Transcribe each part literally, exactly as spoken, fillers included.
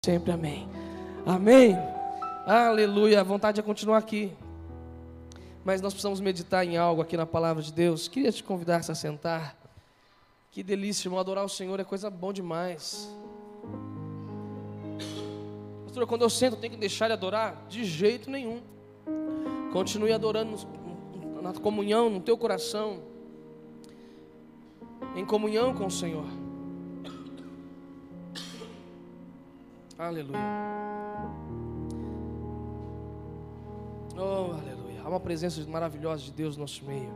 Sempre amém. Amém. Aleluia. A vontade é continuar aqui. Mas nós precisamos meditar em algo aqui na palavra de Deus. Queria te convidar a se sentar. Que delícia, irmão. Adorar o Senhor é coisa bom demais. Pastor, quando eu sento, eu tenho que deixar de adorar? De jeito nenhum. Continue adorando na comunhão, no teu coração. Em comunhão com o Senhor. Aleluia. Oh, aleluia. Há uma presença maravilhosa de Deus no nosso meio.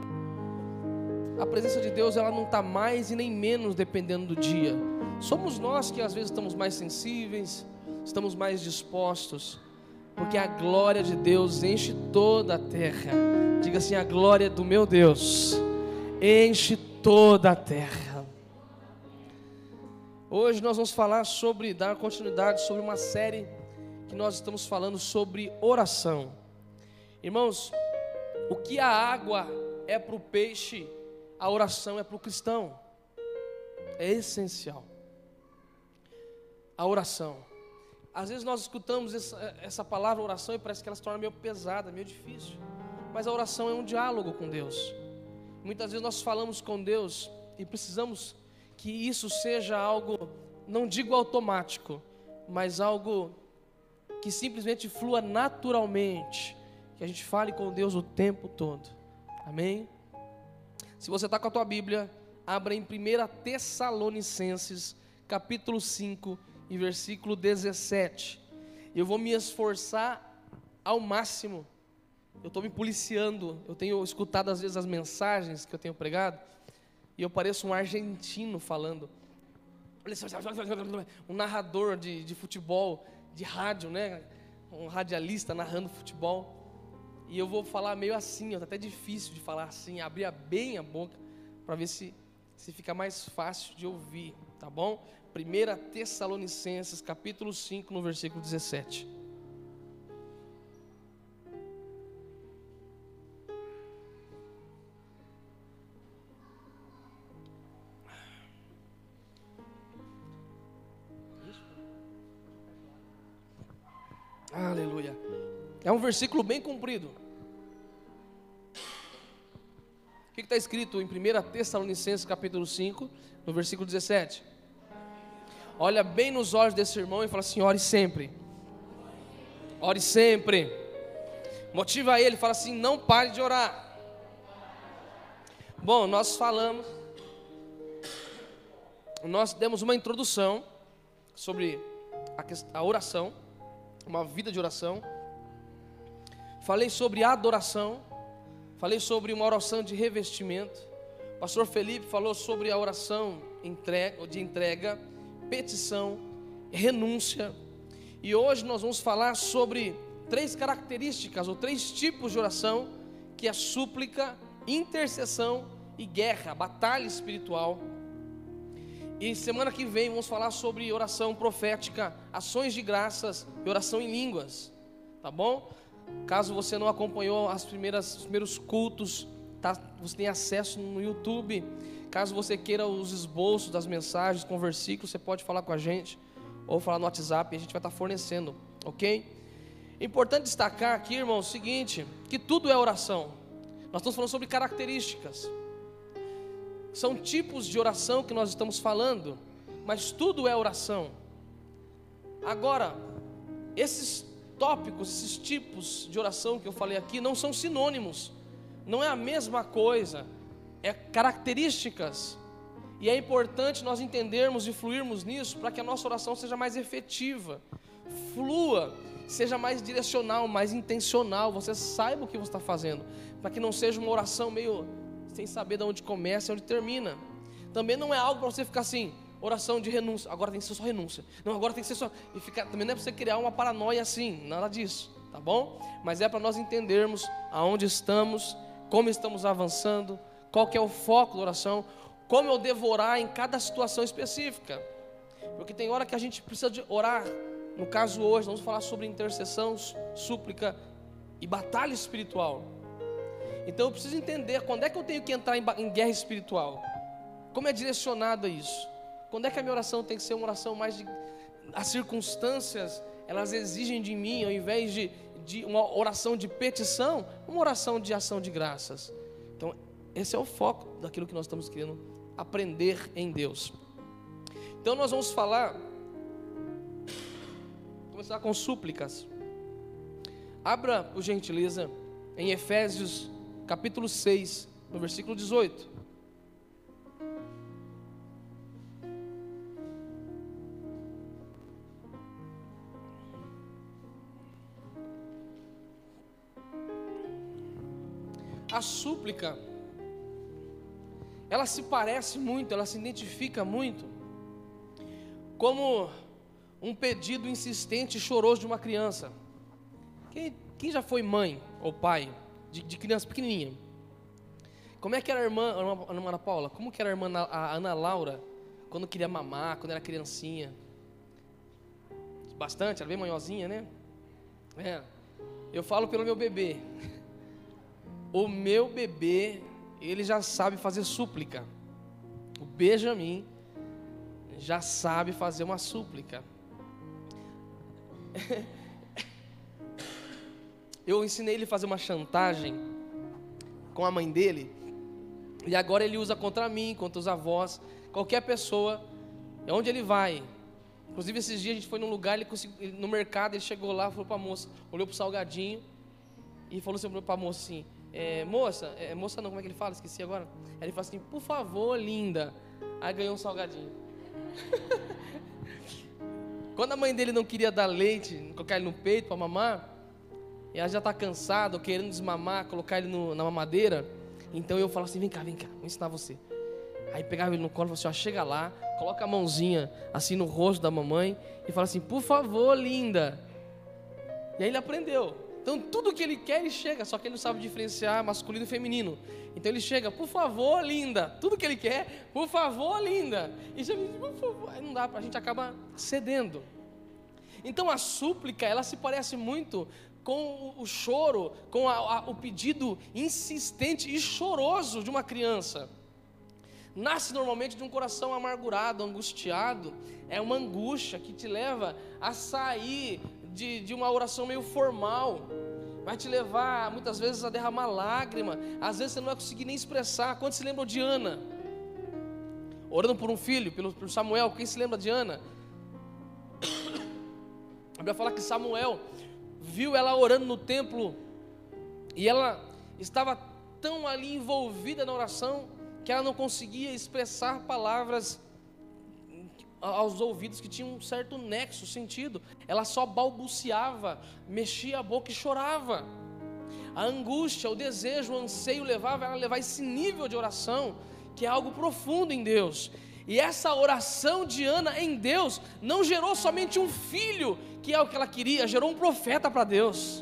A presença de Deus, ela não está mais e nem menos dependendo do dia. Somos nós que às vezes estamos mais sensíveis, estamos mais dispostos, porque a glória de Deus enche toda a terra. Diga assim: a glória do meu Deus enche toda a terra. Hoje nós vamos falar sobre, dar continuidade sobre uma série que nós estamos falando sobre oração. Irmãos, o que a água é para o peixe, a oração é para o cristão. É essencial. A oração. Às vezes nós escutamos essa, essa palavra oração e parece que ela se torna meio pesada, meio difícil. Mas a oração é um diálogo com Deus. Muitas vezes nós falamos com Deus e precisamos que isso seja algo, não digo automático, mas algo que simplesmente flua naturalmente, que a gente fale com Deus o tempo todo. Amém? Se você está com a tua Bíblia, abra em primeira Tessalonicenses, capítulo cinco, e versículo dezessete. Eu vou me esforçar ao máximo. Eu estou me policiando. Eu tenho escutado às vezes as mensagens que eu tenho pregado, e eu pareço um argentino falando. Um narrador de, de futebol, de rádio, né? Um radialista narrando futebol. E eu vou falar meio assim, é até difícil de falar assim, abrir bem a boca, para ver se, se fica mais fácil de ouvir, tá bom? primeira Tessalonicenses, capítulo cinco, no versículo dezessete. Aleluia. É um versículo bem comprido. O que está escrito em primeira Tessalonicenses capítulo cinco, no versículo dezessete? Olha bem nos olhos desse irmão e fala assim: ore sempre. Ore sempre. Motiva ele, fala assim: não pare de orar. Bom, nós falamos, nós demos uma introdução sobre a, a oração, uma vida de oração. Falei sobre adoração, falei sobre uma oração de revestimento. O pastor Felipe falou sobre a oração de entrega, petição, renúncia. E hoje nós vamos falar sobre três características ou três tipos de oração, que é súplica, intercessão e guerra, batalha espiritual. E semana que vem vamos falar sobre oração profética, ações de graças e oração em línguas, tá bom? Caso você não acompanhou as primeiras, os primeiros cultos, tá, você tem acesso no YouTube. Caso você queira os esboços das mensagens com versículos, você pode falar com a gente, ou falar no WhatsApp, e a gente vai estar fornecendo, ok? Importante destacar aqui, irmão, o seguinte, que tudo é oração. Nós estamos falando sobre características. São tipos de oração que nós estamos falando, mas tudo é oração. Agora, esses tópicos, esses tipos de oração que eu falei aqui, não são sinônimos, não é a mesma coisa, é características. E é importante nós entendermos e fluirmos nisso, para que a nossa oração seja mais efetiva, flua, seja mais direcional, mais intencional, você saiba o que você está fazendo, para que não seja uma oração meio sem saber de onde começa e onde termina. Também não é algo para você ficar assim, oração de renúncia, agora tem que ser só renúncia, não, agora tem que ser só, e ficar, também não é para você criar uma paranoia assim, nada disso, tá bom? Mas é para nós entendermos aonde estamos, como estamos avançando, qual que é o foco da oração, como eu devo orar em cada situação específica, porque tem hora que a gente precisa de orar. No caso hoje, vamos falar sobre intercessão, súplica e batalha espiritual. Então eu preciso entender quando é que eu tenho que entrar em, em guerra espiritual, como é direcionado a isso. Quando é que a minha oração tem que ser uma oração mais de, as circunstâncias, elas exigem de mim, ao invés de, de uma oração de petição, uma oração de ação de graças. Então, esse é o foco daquilo que nós estamos querendo aprender em Deus. Então, nós vamos falar, começar com súplicas. Abra, por gentileza, em Efésios, capítulo seis, no versículo dezoito. A súplica, ela se parece muito, ela se identifica muito como um pedido insistente e choroso de uma criança. Quem, quem já foi mãe ou pai de, de criança pequenininha? Como é que era a irmã, a irmã Ana Paula? Como que era a irmã a Ana Laura quando queria mamar, quando era criancinha? Bastante, era bem manhosinha, né? É. Eu falo pelo meu bebê. O meu bebê, ele já sabe fazer súplica. O Benjamin já sabe fazer uma súplica. Eu ensinei ele a fazer uma chantagem com a mãe dele, e agora ele usa contra mim, contra os avós, qualquer pessoa, é onde ele vai. Inclusive esses dias a gente foi num lugar, ele conseguiu, no mercado, ele chegou lá, falou para a moça, olhou para o salgadinho e falou assim para a moça assim: é, moça, é, moça não, como é que ele fala? Esqueci agora. Aí ele falou assim: por favor, linda. Aí ganhou um salgadinho. Quando a mãe dele não queria dar leite, colocar ele no peito para mamar, e ela já está cansada, ou querendo desmamar, colocar ele no, na mamadeira, então eu falo assim: vem cá, vem cá, vou ensinar você. Aí pegava ele no colo e falava assim: ó, chega lá, coloca a mãozinha assim no rosto da mamãe e fala assim: por favor, linda. E aí ele aprendeu. Então tudo que ele quer, ele chega, só que ele não sabe diferenciar masculino e feminino. Então ele chega: por favor, linda. Tudo que ele quer: por favor, linda. E já me diz: por favor. Aí não dá, a gente acaba cedendo. Então a súplica, ela se parece muito com o choro, com a, a, o pedido insistente e choroso de uma criança. Nasce normalmente de um coração amargurado, angustiado. É uma angústia que te leva a sair de, de uma oração meio formal. Vai te levar muitas vezes a derramar lágrima. Às vezes você não vai conseguir nem expressar. Quantos se lembram de Ana? Orando por um filho, pelo, pelo Samuel. Quem se lembra de Ana? A Bíblia fala que Samuel viu ela orando no templo, e ela estava tão ali envolvida na oração que ela não conseguia expressar palavras aos ouvidos que tinham um certo nexo, sentido. Ela só balbuciava, mexia a boca e chorava. A angústia, o desejo, o anseio levava ela a levar esse nível de oração, que é algo profundo em Deus. E essa oração de Ana em Deus não gerou somente um filho, que é o que ela queria, gerou um profeta para Deus.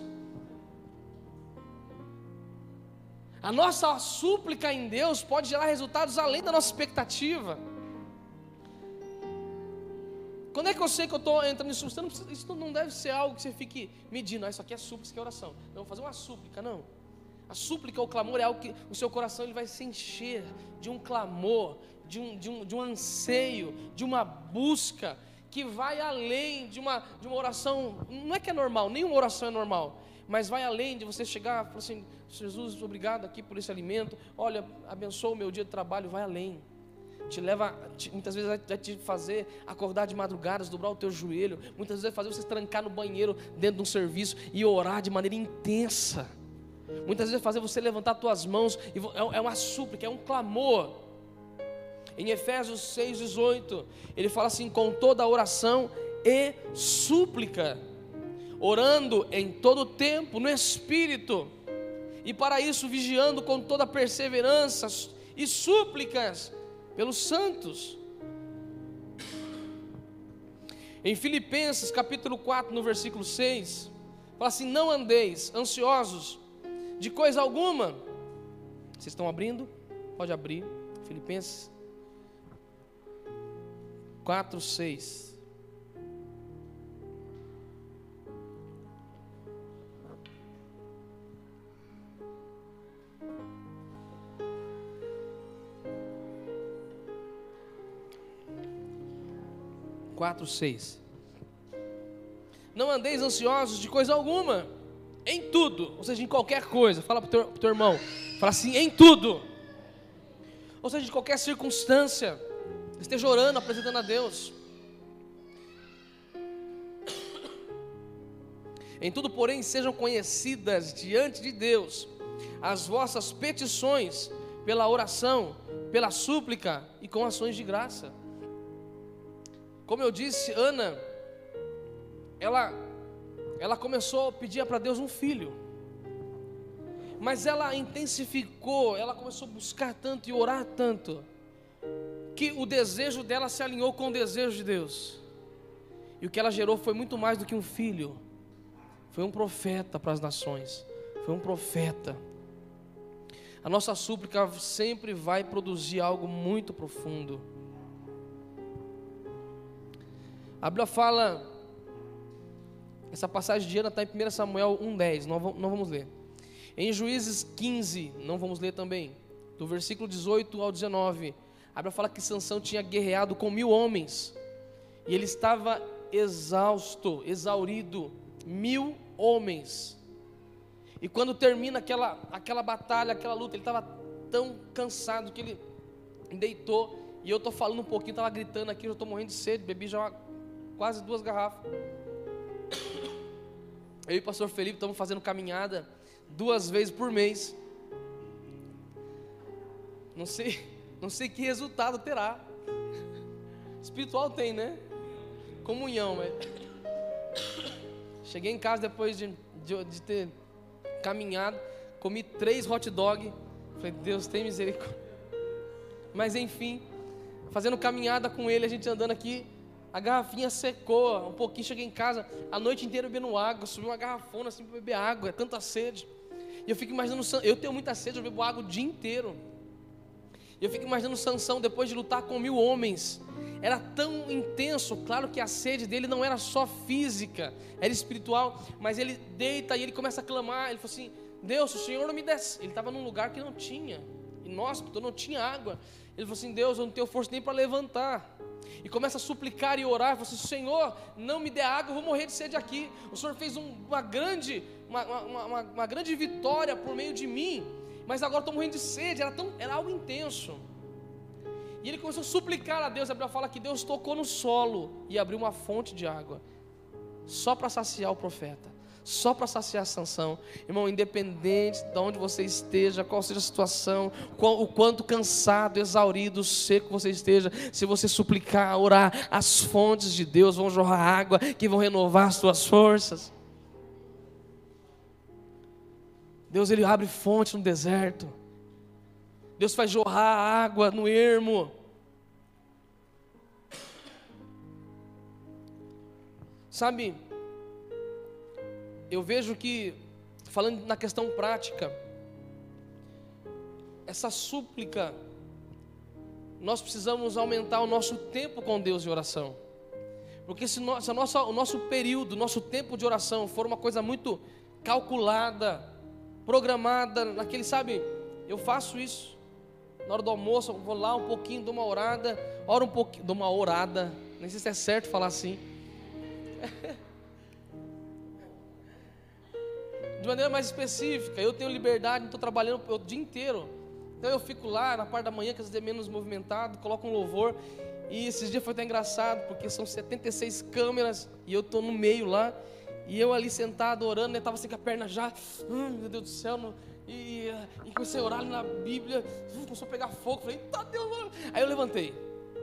A nossa súplica em Deus pode gerar resultados além da nossa expectativa. Quando é que eu sei que eu estou entrando em súplica? Isso não deve ser algo que você fique medindo: ah, isso aqui é súplica, isso aqui é oração. Não, vou fazer uma súplica, não. A súplica, o clamor é algo que o seu coração ele vai se encher de um clamor, de um, de um, de um anseio, de uma busca que vai além de uma, de uma oração. Não é que é normal, nenhuma oração é normal, mas vai além de você chegar e falar assim: Jesus, obrigado aqui por esse alimento, olha, abençoa o meu dia de trabalho. Vai além, te leva, te, muitas vezes vai te fazer acordar de madrugada, dobrar o teu joelho, muitas vezes vai fazer você trancar no banheiro dentro de um serviço e orar de maneira intensa. Muitas vezes vai fazer você levantar tuas mãos, e é uma súplica, é um clamor. Em Efésios seis, dezoito, ele fala assim: com toda oração e súplica, orando em todo tempo no Espírito, e para isso vigiando com toda perseverança e súplicas pelos santos. Em Filipenses capítulo quatro, no versículo seis, fala assim: não andeis ansiosos de coisa alguma. Vocês estão abrindo? Pode abrir. Filipenses quatro, seis. quatro, seis. Não andeis ansiosos de coisa alguma, em tudo, ou seja, em qualquer coisa. Fala para o teu, pro teu irmão, fala assim, em tudo. Ou seja, de qualquer circunstância, esteja orando, apresentando a Deus. Em tudo, porém, sejam conhecidas diante de Deus as vossas petições, pela oração, pela súplica e com ações de graça. Como eu disse, Ana, ela, ela começou a pedir para Deus um filho, mas ela intensificou, ela começou a buscar tanto e orar tanto, que o desejo dela se alinhou com o desejo de Deus, e o que ela gerou foi muito mais do que um filho. Foi um profeta para as nações. Foi um profeta. A nossa súplica sempre vai produzir algo muito profundo. A Bíblia fala, essa passagem de Ana está em primeiro Samuel um, dez, não, não vamos ler. Em Juízes quinze, não vamos ler também, do versículo dezoito ao dezenove, a Bíblia fala que Sansão tinha guerreado com mil homens, e ele estava exausto, exaurido, mil homens. E quando termina aquela, aquela batalha, aquela luta, ele estava tão cansado que ele deitou. E eu estou falando um pouquinho, estava gritando aqui, eu estou morrendo de sede, bebi já uma, quase duas garrafas. Eu e o pastor Felipe estamos fazendo caminhada duas vezes por mês. Não sei, não sei que resultado terá. Espiritual tem, né? Comunhão, mas... Cheguei em casa depois de, de, de ter caminhado, comi três hot dog, falei, Deus tem misericórdia. Mas enfim, fazendo caminhada com ele, a gente andando aqui, a garrafinha secou um pouquinho, cheguei em casa, a noite inteira bebendo água, subi uma garrafona assim para beber água, é tanta sede. E eu fico imaginando, eu tenho muita sede, eu bebo água o dia inteiro. E eu fico imaginando Sansão depois de lutar com mil homens. Era tão intenso, claro que a sede dele não era só física, era espiritual, mas ele deita e ele começa a clamar, ele falou assim, Deus, se o Senhor não me desse, ele estava num lugar que não tinha, inóspito, não tinha água, ele falou assim, Deus, eu não tenho força nem para levantar, e começa a suplicar e orar, falou assim, Senhor, não me dê água, eu vou morrer de sede aqui, o Senhor fez um, uma, grande, uma, uma, uma, uma grande vitória por meio de mim, mas agora estou morrendo de sede, era, tão, era algo intenso. E ele começou a suplicar a Deus. A Bíblia fala que Deus tocou no solo e abriu uma fonte de água, só para saciar o profeta, só para saciar Sansão. Irmão, independente de onde você esteja, qual seja a situação, qual, o quanto cansado, exaurido, seco você esteja, se você suplicar, orar, as fontes de Deus vão jorrar água, que vão renovar as suas forças. Deus, Ele abre fonte no deserto. Deus faz jorrar água no ermo. Sabe, eu vejo que, falando na questão prática, essa súplica, nós precisamos aumentar o nosso tempo com Deus de oração. Porque se, no, se a nossa, o nosso período, o nosso tempo de oração for uma coisa muito calculada, programada, naquele, sabe, eu faço isso. Na hora do almoço, eu vou lá um pouquinho, dou uma orada, oro um pouquinho, dou uma orada, nem sei se é certo falar assim. De maneira mais específica, eu tenho liberdade, estou trabalhando o dia inteiro. Então eu fico lá na parte da manhã, que às vezes é menos movimentado, coloco um louvor. E esses dias foi até engraçado, porque são setenta e seis câmeras e eu estou no meio lá. E eu ali sentado orando, né, estava assim com a perna já, hum, meu Deus do céu, não... E, e comecei a orar ali na Bíblia, começou a pegar fogo, falei, eita Deus, mano. Aí eu levantei.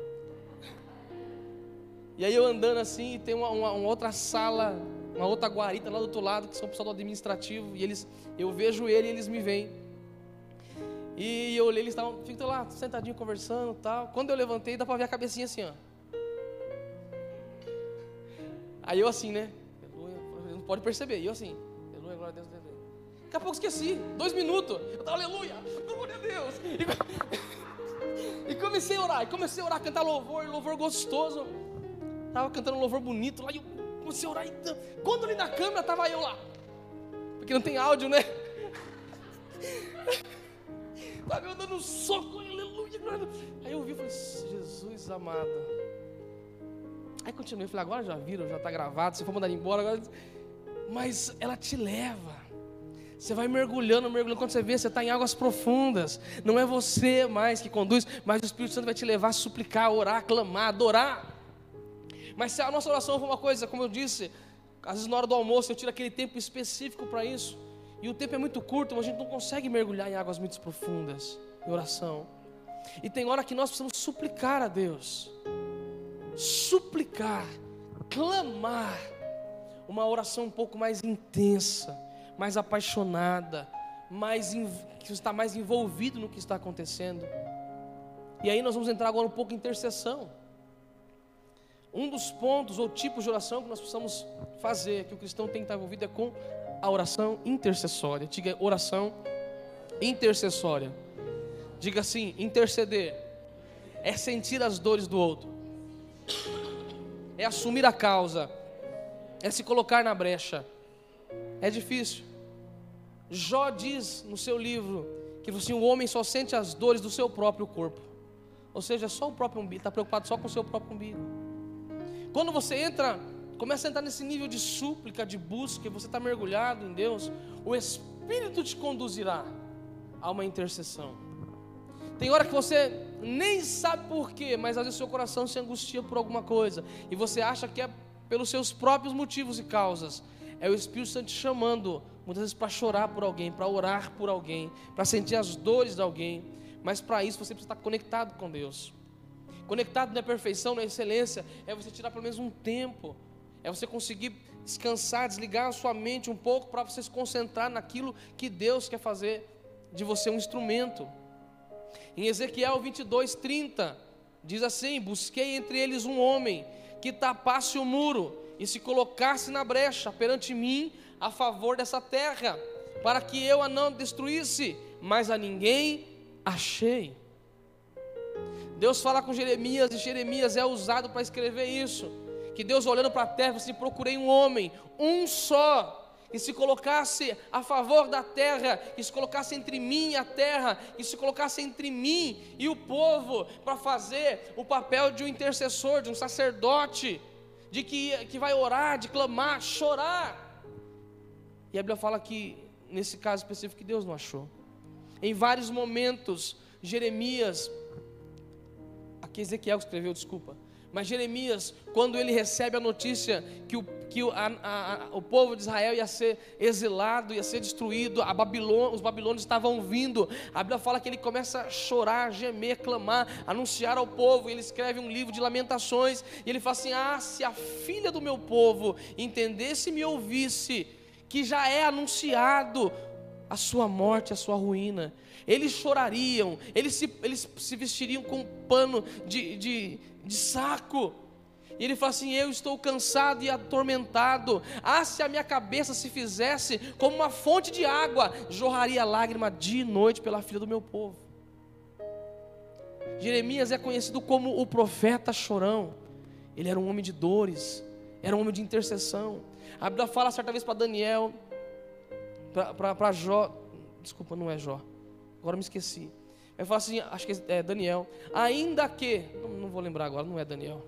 E aí eu andando assim, e tem uma, uma, uma outra sala, uma outra guarita lá do outro lado, que são o pessoal do administrativo, e eles, eu vejo ele e eles me veem. E eu olhei, eles estavam, ficam lá, sentadinho conversando e tal. Quando eu levantei, dá pra ver a cabecinha assim, ó. Aí eu assim, né? Não pode perceber, e eu assim, aleluia, glória a Deus, Deus. Daqui a pouco esqueci, dois minutos, eu tava, aleluia, glória a Deus, e, e comecei a orar, e comecei a orar, cantar louvor, louvor gostoso, tava cantando um louvor bonito lá, e eu comecei a orar, e quando ali na câmera, tava eu lá, porque não tem áudio, né, tava eu dando um soco, aleluia, glória a Deus. Aí eu ouvi e falei, Jesus amado, Aí continuei, falei, agora já viram, já está gravado, se for mandar embora, agora... Mas ela te leva. Você vai mergulhando, mergulhando, quando você vê, você está em águas profundas. Não é você mais que conduz, mas o Espírito Santo vai te levar a suplicar, orar, clamar, adorar. Mas se a nossa oração for uma coisa, como eu disse, às vezes na hora do almoço eu tiro aquele tempo específico para isso, e o tempo é muito curto, mas a gente não consegue mergulhar em águas muito profundas, em oração. E tem hora que nós precisamos suplicar a Deus, suplicar, clamar, uma oração um pouco mais intensa, mais apaixonada, mais, que está mais envolvido no que está acontecendo. E aí nós vamos entrar agora um pouco em intercessão. Um dos pontos ou tipos de oração que nós precisamos fazer, que o cristão tem que estar envolvido, é com a oração intercessória. Diga oração intercessória. Diga assim, interceder é sentir as dores do outro, é assumir a causa, é se colocar na brecha. É difícil. Jó diz no seu livro que assim, o homem só sente as dores do seu próprio corpo. Ou seja, só o próprio umbigo, está preocupado só com o seu próprio umbigo. Quando você entra, começa a entrar nesse nível de súplica, de busca, e você está mergulhado em Deus, o Espírito te conduzirá a uma intercessão. Tem hora que você nem sabe por quê, mas às vezes seu coração se angustia por alguma coisa, e você acha que é pelos seus próprios motivos e causas. É o Espírito Santo te chamando, muitas vezes para chorar por alguém, para orar por alguém, para sentir as dores de alguém. Mas para isso você precisa estar conectado com Deus. Conectado na perfeição, na excelência, é você tirar pelo menos um tempo, é você conseguir descansar, desligar a sua mente um pouco, para você se concentrar naquilo que Deus quer fazer de você um instrumento. Em Ezequiel vinte e dois, trinta, diz assim: busquei entre eles um homem que tapasse o muro e se colocasse na brecha perante mim a favor dessa terra, para que eu a não destruísse, mas a ninguém achei. Deus fala com Jeremias, e Jeremias é usado para escrever isso, que Deus olhando para a terra, assim, procurei um homem, um só, que se colocasse a favor da terra, que se colocasse entre mim e a terra, que se colocasse entre mim e o povo, para fazer o papel de um intercessor, de um sacerdote, de que, que vai orar, de clamar, chorar. E a Bíblia fala que, nesse caso específico, que Deus não achou. Em vários momentos, Jeremias, aqui Ezequiel escreveu, desculpa, mas Jeremias, quando ele recebe a notícia que o, que o, a, a, o povo de Israel ia ser exilado, ia ser destruído, a Babilônia, os babilônios estavam vindo, a Bíblia fala que ele começa a chorar, gemer, clamar, anunciar ao povo, e ele escreve um livro de lamentações, e ele fala assim: ah, se a filha do meu povo entendesse e me ouvisse, que já é anunciado a sua morte, a sua ruína, eles chorariam, eles se, eles se vestiriam com um pano de, de, de saco. E ele fala assim: eu estou cansado e atormentado. Ah, se a minha cabeça se fizesse como uma fonte de água, jorraria lágrima dia e noite pela filha do meu povo. Jeremias é conhecido como o profeta chorão. Ele era um homem de dores, era um homem de intercessão. A Bíblia fala certa vez para Daniel, para Jó, desculpa, não é Jó, agora me esqueci. Ele fala assim, acho que é Daniel, ainda que, não, não vou lembrar agora, não é Daniel,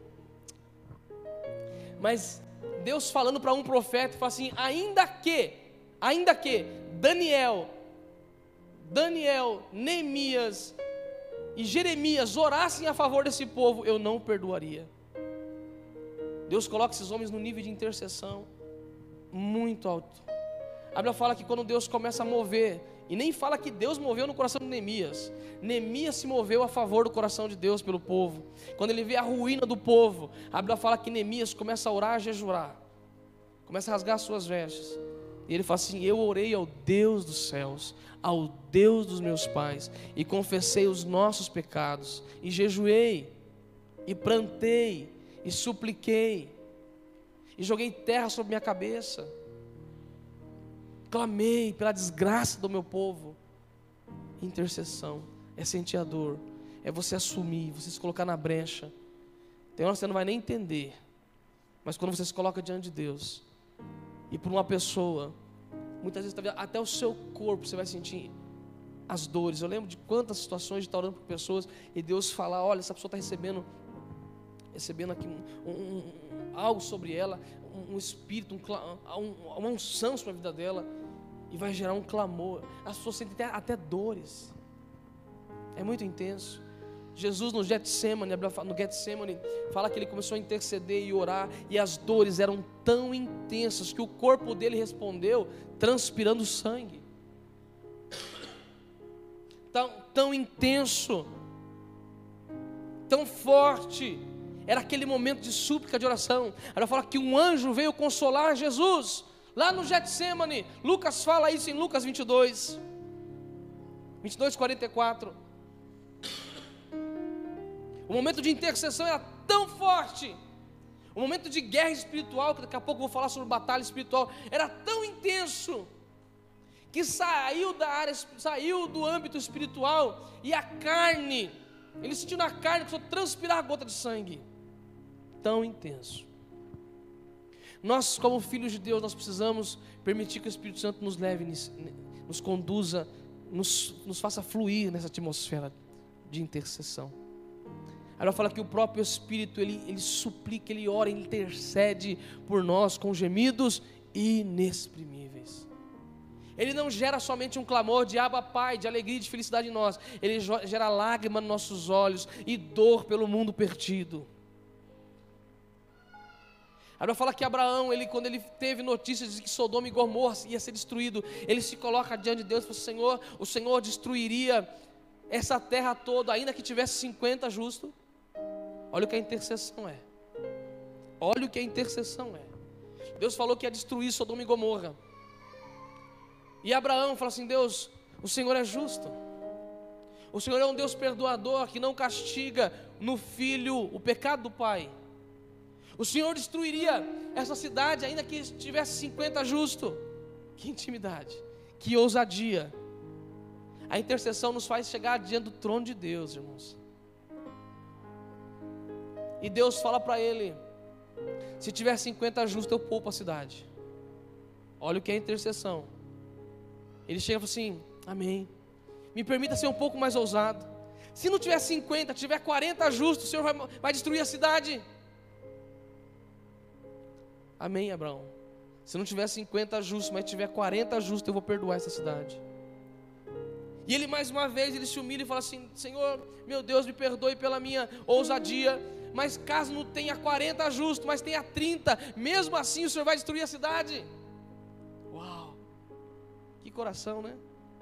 mas Deus falando para um profeta, fala assim: ainda que, ainda que Daniel, Daniel, Neemias e Jeremias orassem a favor desse povo, eu não perdoaria. Deus coloca esses homens no nível de intercessão muito alto. A Bíblia fala que quando Deus começa a mover, e nem fala que Deus moveu no coração de Neemias, Neemias se moveu a favor do coração de Deus pelo povo. Quando ele vê a ruína do povo, a Bíblia fala que Neemias começa a orar, a jejuar, começa a rasgar as suas vestes, e ele fala assim: eu orei ao Deus dos céus, ao Deus dos meus pais, e confessei os nossos pecados, e jejuei, e plantei, e supliquei, e joguei terra sobre minha cabeça, clamei pela desgraça do meu povo. Intercessão é sentir a dor, é você assumir, você se colocar na brecha. Tem hora que você não vai nem entender, mas quando você se coloca diante de Deus, e por uma pessoa, muitas vezes até o seu corpo você vai sentir as dores. Eu lembro de quantas situações de estar orando por pessoas, e Deus falar: olha, essa pessoa está recebendo recebendo aqui um, um, um, algo sobre ela, um, um espírito, um, um, uma unção sobre a vida dela, e vai gerar um clamor. As pessoas sentem até, até dores. É muito intenso. Jesus no Getsemane, no Getsemane, fala que ele começou a interceder e orar, e as dores eram tão intensas que o corpo dele respondeu transpirando sangue. Tão, tão intenso, tão forte, era aquele momento de súplica, de oração. Ela fala que um anjo veio consolar Jesus, lá no Getsemane. Lucas fala isso em Lucas vinte e dois, vinte e dois, quarenta e quatro. O momento de intercessão era tão forte, o momento de guerra espiritual, que daqui a pouco eu vou falar sobre batalha espiritual, era tão intenso, que saiu da área, saiu do âmbito espiritual, e a carne, ele sentiu na carne, começou a transpirar a gota de sangue, tão intenso. Nós, como filhos de Deus, nós precisamos permitir que o Espírito Santo nos leve, nos conduza, nos, nos faça fluir nessa atmosfera de intercessão. Ela fala que o próprio Espírito, ele, ele suplica, ele ora, ele intercede por nós com gemidos inexprimíveis. Ele não gera somente um clamor de Abba Pai, de alegria e de felicidade em nós. Ele gera lágrima nos nossos olhos e dor pelo mundo perdido. Ela fala que Abraão, ele, quando ele teve notícias de que Sodoma e Gomorra ia ser destruído, ele se coloca diante de Deus e fala: Senhor, o Senhor destruiria essa terra toda, ainda que tivesse cinquenta justos. Olha o que a intercessão é. Olha o que a intercessão é. Deus falou que ia destruir Sodoma e Gomorra. E Abraão fala assim: Deus, o Senhor é justo. O Senhor é um Deus perdoador, que não castiga no filho o pecado do pai. O Senhor destruiria essa cidade, ainda que tivesse cinquenta justos. Que intimidade, que ousadia. A intercessão nos faz chegar diante do trono de Deus, irmãos. E Deus fala para ele: se tiver cinquenta justos, eu poupo a cidade. Olha o que é intercessão. Ele chega e fala assim: amém, me permita ser um pouco mais ousado. Se não tiver cinquenta, tiver quarenta justos, o Senhor vai, vai destruir a cidade. Amém, Abraão. Se não tiver cinquenta justos, mas tiver quarenta justos, eu vou perdoar essa cidade. E ele mais uma vez, ele se humilha e fala assim: Senhor, meu Deus, me perdoe pela minha ousadia, mas caso não tenha quarenta justos, mas tenha trinta, mesmo assim o Senhor vai destruir a cidade. Uau, que coração, né?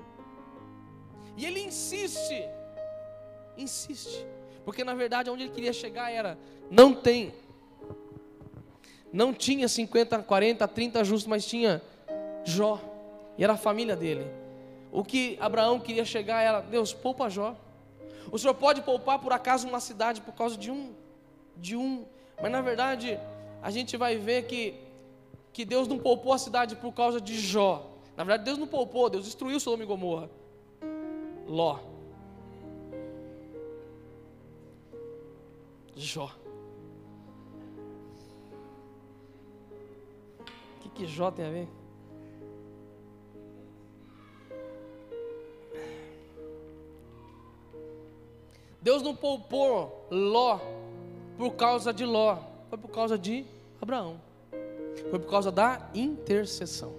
E ele insiste, insiste, porque na verdade onde ele queria chegar era: não tem, não tinha cinquenta, quarenta, trinta justos, mas tinha Jó, e era a família dele. O que Abraão queria chegar era: Deus, poupa Jó. O Senhor pode poupar por acaso uma cidade por causa de um, de um, mas na verdade a gente vai ver que, que Deus não poupou a cidade por causa de Jó. Na verdade Deus não poupou, Deus destruiu Sodoma e Gomorra. Ló, Jó. O que, que Jó tem a ver? Deus não poupou Ló por causa de Ló, foi por causa de Abraão. Foi por causa da intercessão.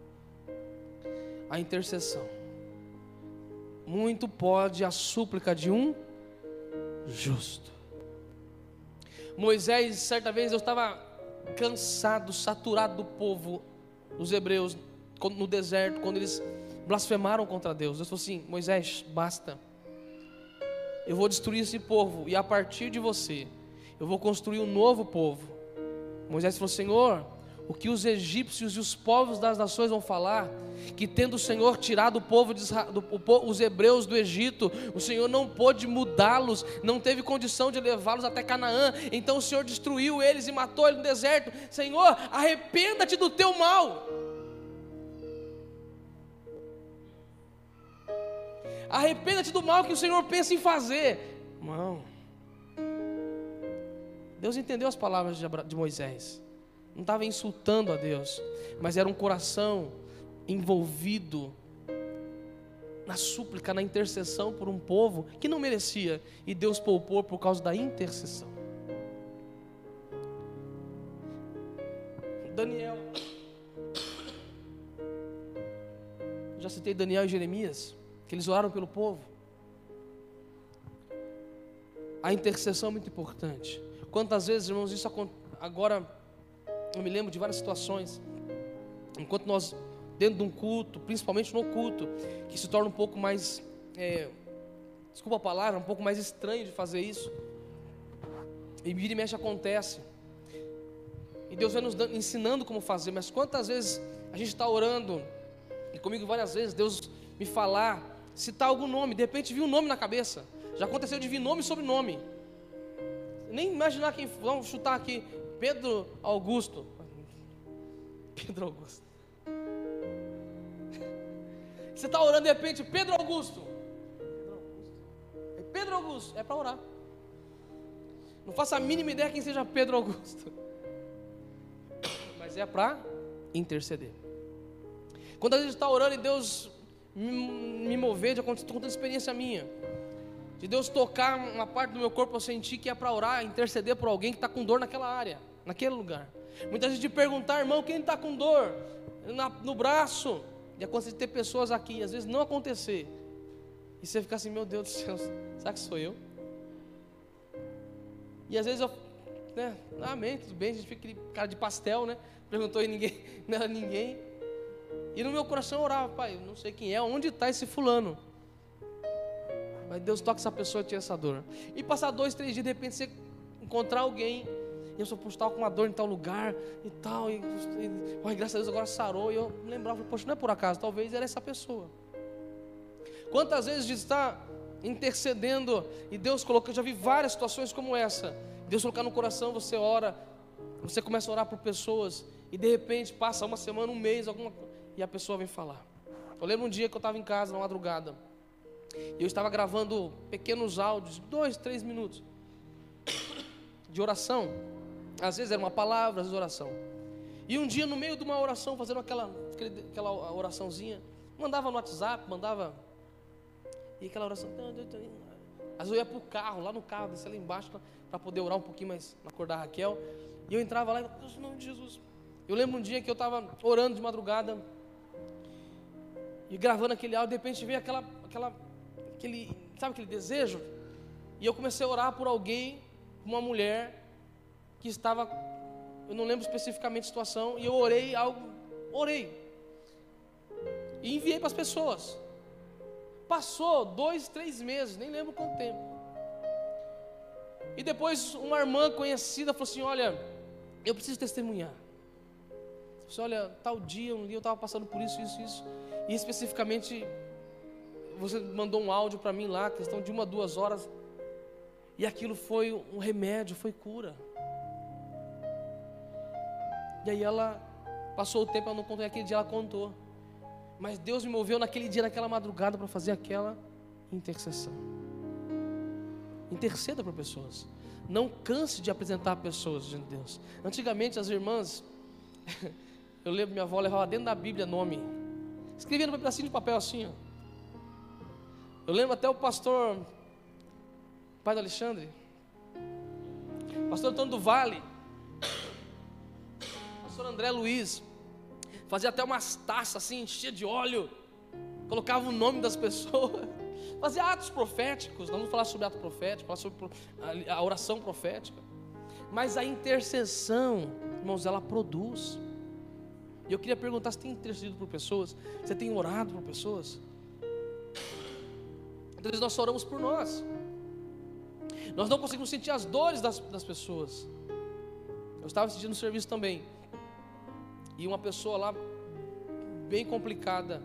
A intercessão. Muito pode a súplica de um justo. Moisés, certa vez, Deus estava cansado, saturado do povo, dos hebreus, no deserto, quando eles blasfemaram contra Deus. Deus falou assim: Moisés, basta. Eu vou destruir esse povo, e a partir de você, eu vou construir um novo povo. Moisés falou: Senhor, o que os egípcios e os povos das nações vão falar, que tendo o Senhor tirado o povo de Israel, do, o, os hebreus do Egito, o Senhor não pôde mudá-los, não teve condição de levá-los até Canaã, então o Senhor destruiu eles e matou eles no deserto. Senhor, arrependa-te do teu mal. Arrependa-te do mal que o Senhor pensa em fazer. Irmão, Deus entendeu as palavras de, Abra... de Moisés. Não estava insultando a Deus, mas era um coração envolvido na súplica, na intercessão por um povo que não merecia, e Deus poupou por causa da intercessão. já citei Daniel e Jeremias, que eles oraram pelo povo. A intercessão é muito importante. Quantas vezes, irmãos, isso agora, eu me lembro de várias situações, enquanto nós, dentro de um culto, principalmente no culto, que se torna um pouco mais, é, desculpa a palavra, um pouco mais estranho de fazer isso, e vira e mexe acontece, e Deus vai nos dando, ensinando como fazer, mas quantas vezes a gente está orando, e comigo várias vezes, Deus me falar, citar algum nome, de repente viu um nome na cabeça, já aconteceu de vir nome e sobrenome, nem imaginar quem, vamos chutar aqui, Pedro Augusto, Pedro Augusto, você está orando de repente, Pedro Augusto, Pedro Augusto, é para orar, não faço a mínima ideia quem seja Pedro Augusto, mas é para interceder. Quando a gente está orando e Deus me, me mover, já estou contando experiência minha, de Deus tocar uma parte do meu corpo, eu senti que é para orar, interceder por alguém que está com dor naquela área, naquele lugar. Muita gente perguntar, irmão, quem está com dor Na, no braço, e acontece de ter pessoas aqui, às vezes não acontecer, e você fica assim, meu Deus do céu, será que sou eu? E às vezes eu, né, amém, tudo bem, a gente fica aquele cara de pastel, né, perguntou e ninguém, não era ninguém, e no meu coração eu orava, pai, eu não sei quem é, onde está esse fulano, mas Deus toca essa pessoa e tira essa dor, e passar dois, três dias, de repente você encontrar alguém, e eu só estava com uma dor em tal lugar, e tal, e, e oh, graças a Deus agora sarou, e eu me lembrava, poxa, não é por acaso, talvez era essa pessoa. Quantas vezes de estar intercedendo, e Deus coloca, eu já vi várias situações como essa, Deus colocar no coração, você ora, você começa a orar por pessoas, e de repente passa uma semana, um mês, alguma, e a pessoa vem falar. Eu lembro um dia que eu estava em casa, na madrugada, e eu estava gravando pequenos áudios, dois, três minutos, de oração, às vezes era uma palavra, às vezes oração, e um dia no meio de uma oração, fazendo aquela, aquela oraçãozinha, mandava no WhatsApp, mandava, e aquela oração, às vezes eu ia para o carro, lá no carro, descia lá embaixo, para poder orar um pouquinho mais, na cor da Raquel, e eu entrava lá, e Deus, em nome de Jesus, eu lembro um dia que eu estava orando de madrugada, e gravando aquele áudio, de repente veio aquela, aquela, aquele, sabe aquele desejo, e eu comecei a orar por alguém, uma mulher, que estava, eu não lembro especificamente a situação, e eu orei algo, orei, e enviei para as pessoas, passou dois, três meses, nem lembro quanto tempo, e depois uma irmã conhecida falou assim, olha, eu preciso testemunhar, disse, olha, tal dia, um dia eu estava passando por isso, isso, isso, e especificamente, você mandou um áudio para mim lá, questão de uma, duas horas, e aquilo foi um remédio, foi cura. E aí ela, passou o tempo, ela não contou, e aquele dia ela contou. Mas Deus me moveu naquele dia, naquela madrugada, para fazer aquela intercessão. Interceda por pessoas. Não canse de apresentar pessoas diante de Deus. Antigamente as irmãs, eu lembro, minha avó levava dentro da Bíblia nome. Escrevia num pedacinho de papel assim, ó. Eu lembro até o pastor, pai do Alexandre, pastor Antônio do Vale, pastor André Luiz, fazia até umas taças assim, cheias de óleo, colocava o nome das pessoas, fazia atos proféticos. Não vamos falar sobre ato profético, falar sobre a oração profética, mas a intercessão, irmãos, ela produz. E eu queria perguntar, você tem intercedido por pessoas? Você tem orado por pessoas? Às vezes nós só oramos por nós, nós não conseguimos sentir as dores das, das pessoas. Eu estava assistindo no serviço também, e uma pessoa lá, bem complicada,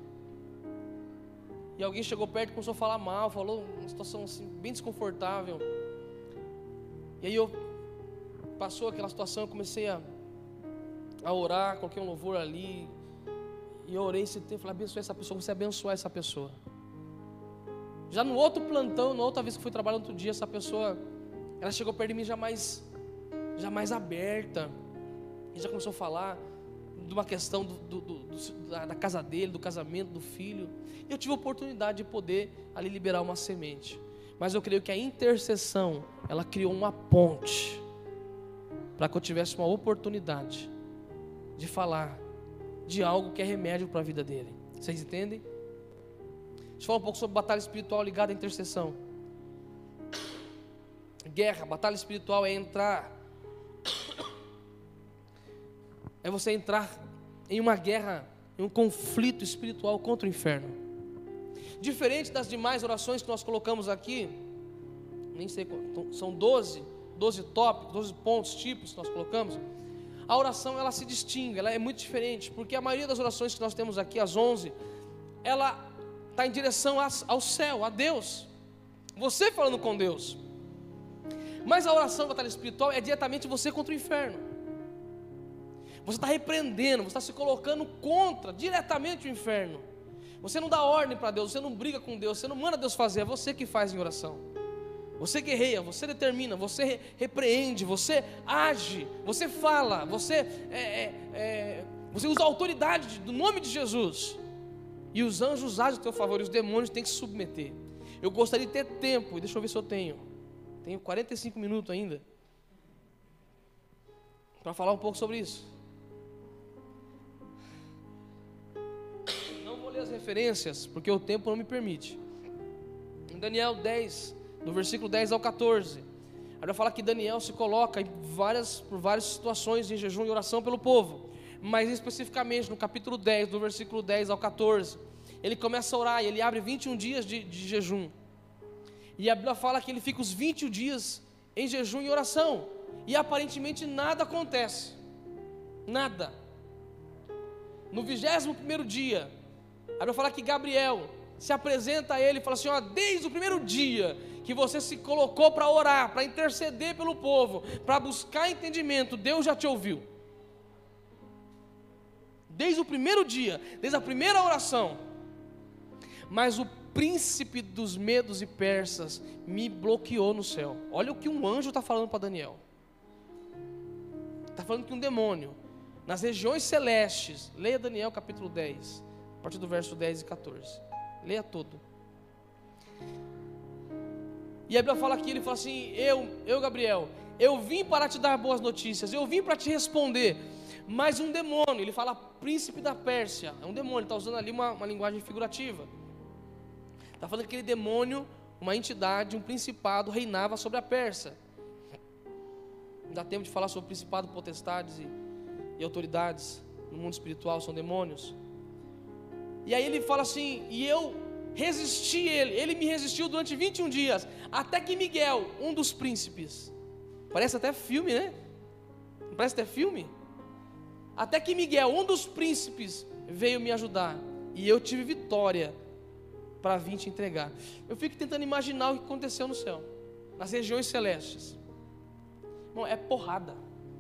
e alguém chegou perto e começou a falar mal, falou uma situação assim, bem desconfortável, e aí eu, passou aquela situação, eu comecei a, a orar, coloquei um louvor ali, e eu orei esse tempo, falei, abençoe essa pessoa, comecei a abençoar essa pessoa. Já no outro plantão, na outra vez que fui trabalhar outro dia, essa pessoa, ela chegou perto de mim já mais, já mais aberta, e já começou a falar de uma questão do, do, do, do, da, da casa dele, do casamento, do filho. E eu tive a oportunidade de poder ali liberar uma semente. Mas eu creio que a intercessão, ela criou uma ponte, para que eu tivesse uma oportunidade de falar de algo que é remédio para a vida dele. Vocês entendem? Deixa eu falar um pouco sobre batalha espiritual ligada à intercessão. Guerra, batalha espiritual é entrar, é você entrar em uma guerra, em um conflito espiritual contra o inferno. Diferente das demais orações que nós colocamos aqui, nem sei, são doze, doze tópicos, doze pontos, tipos que nós colocamos. A oração, ela se distingue, ela é muito diferente, porque a maioria das orações que nós temos aqui, as onze, ela está em direção ao céu, a Deus, você falando com Deus. Mas a oração batalha espiritual é diretamente você contra o inferno. Você está repreendendo, você está se colocando contra diretamente o inferno. Você não dá ordem para Deus, você não briga com Deus, você não manda Deus fazer, é você que faz em oração. Você guerreia, você determina, você re repreende, você age, você fala, você, é, é, é, você usa a autoridade do nome de Jesus. E os anjos agem a teu favor, e os demônios têm que se submeter. Eu gostaria de ter tempo, e deixa eu ver se eu tenho. Tenho quarenta e cinco minutos ainda para falar um pouco sobre isso. Não vou ler as referências, porque o tempo não me permite. Em Daniel dez, do versículo dez ao quatorze, aí vai falar que Daniel se coloca em várias, por várias situações em jejum e oração pelo povo. Mas especificamente no capítulo dez, do versículo dez ao quatorze, ele começa a orar e ele abre vinte e um dias de, de jejum. E a Bíblia fala que ele fica os vinte dias em jejum e oração, e aparentemente nada acontece, nada. No vigésimo primeiro dia, a Bíblia fala que Gabriel se apresenta a ele e fala assim: ó, desde o primeiro dia que você se colocou para orar, para interceder pelo povo, para buscar entendimento, Deus já te ouviu. Desde o primeiro dia, desde a primeira oração. Mas o príncipe dos medos e persas me bloqueou no céu. Olha o que um anjo está falando para Daniel. Está falando que um demônio, nas regiões celestes, leia Daniel capítulo dez, a partir do verso dez e quatorze. Leia todo. E a Bíblia fala aqui, ele fala assim: eu, eu Gabriel, eu vim para te dar boas notícias, eu vim para te responder. Mas um demônio, ele fala príncipe da Pérsia, é um demônio, ele está usando ali uma, uma linguagem figurativa. Está falando que aquele demônio, uma entidade, um principado, reinava sobre a Pérsia. Não dá tempo de falar sobre principado, potestades e, e autoridades no mundo espiritual, são demônios. E aí ele fala assim: e eu resisti ele, ele me resistiu durante vinte e um dias, até que Miguel, um dos príncipes, parece até filme, né? Não parece até filme? Até que Miguel, um dos príncipes, veio me ajudar, e eu tive vitória para vir te entregar. Eu fico tentando imaginar o que aconteceu no céu, nas regiões celestes. Bom, é porrada.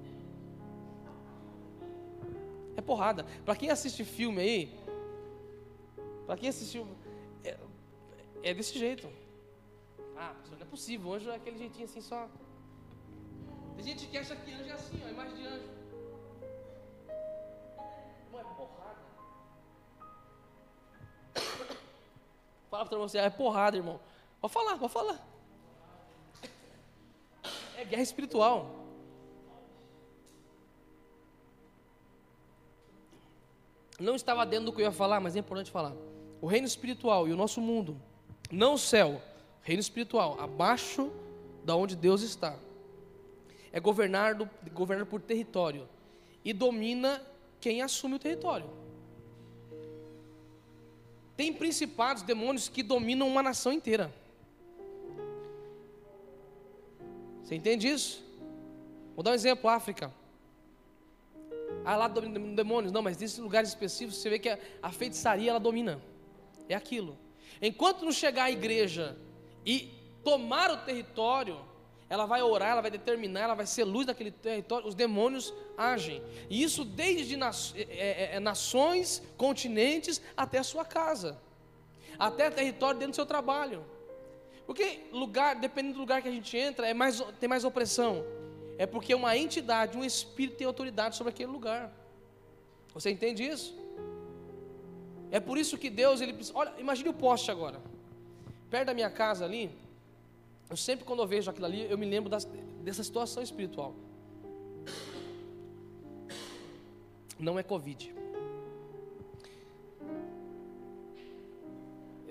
É porrada. Para quem assiste filme aí, para quem assistiu, é, é desse jeito. Ah, não é possível, o anjo é aquele jeitinho assim só. Tem gente que acha que anjo é assim, ó, a imagem de anjo. Não, é porrada. Fala para você, é porrada, irmão. Pode falar, pode falar. É guerra espiritual. Não estava dentro do que eu ia falar, mas é importante falar. O reino espiritual e o nosso mundo, não o céu, reino espiritual, abaixo da onde Deus está, é governado, governado por território e domina quem assume o território. Tem principados, demônios que dominam uma nação inteira. Você entende isso? Vou dar um exemplo, África. Ah, lá dominam demônios. Não, mas nesses lugares específicos você vê que a, a feitiçaria ela domina. É aquilo. Enquanto não chegar a igreja e tomar o território, ela vai orar, ela vai determinar, ela vai ser luz daquele território, os demônios agem. E isso desde nas, é, é, nações, continentes, até a sua casa. Até território dentro do seu trabalho. Porque lugar, dependendo do lugar que a gente entra, é mais, tem mais opressão. É porque uma entidade, um espírito tem autoridade sobre aquele lugar. Você entende isso? É por isso que Deus, ele precisa... Olha, imagine o poste agora. Perto da minha casa ali, eu sempre quando eu vejo aquilo ali, eu me lembro das, dessa situação espiritual. Não é Covid.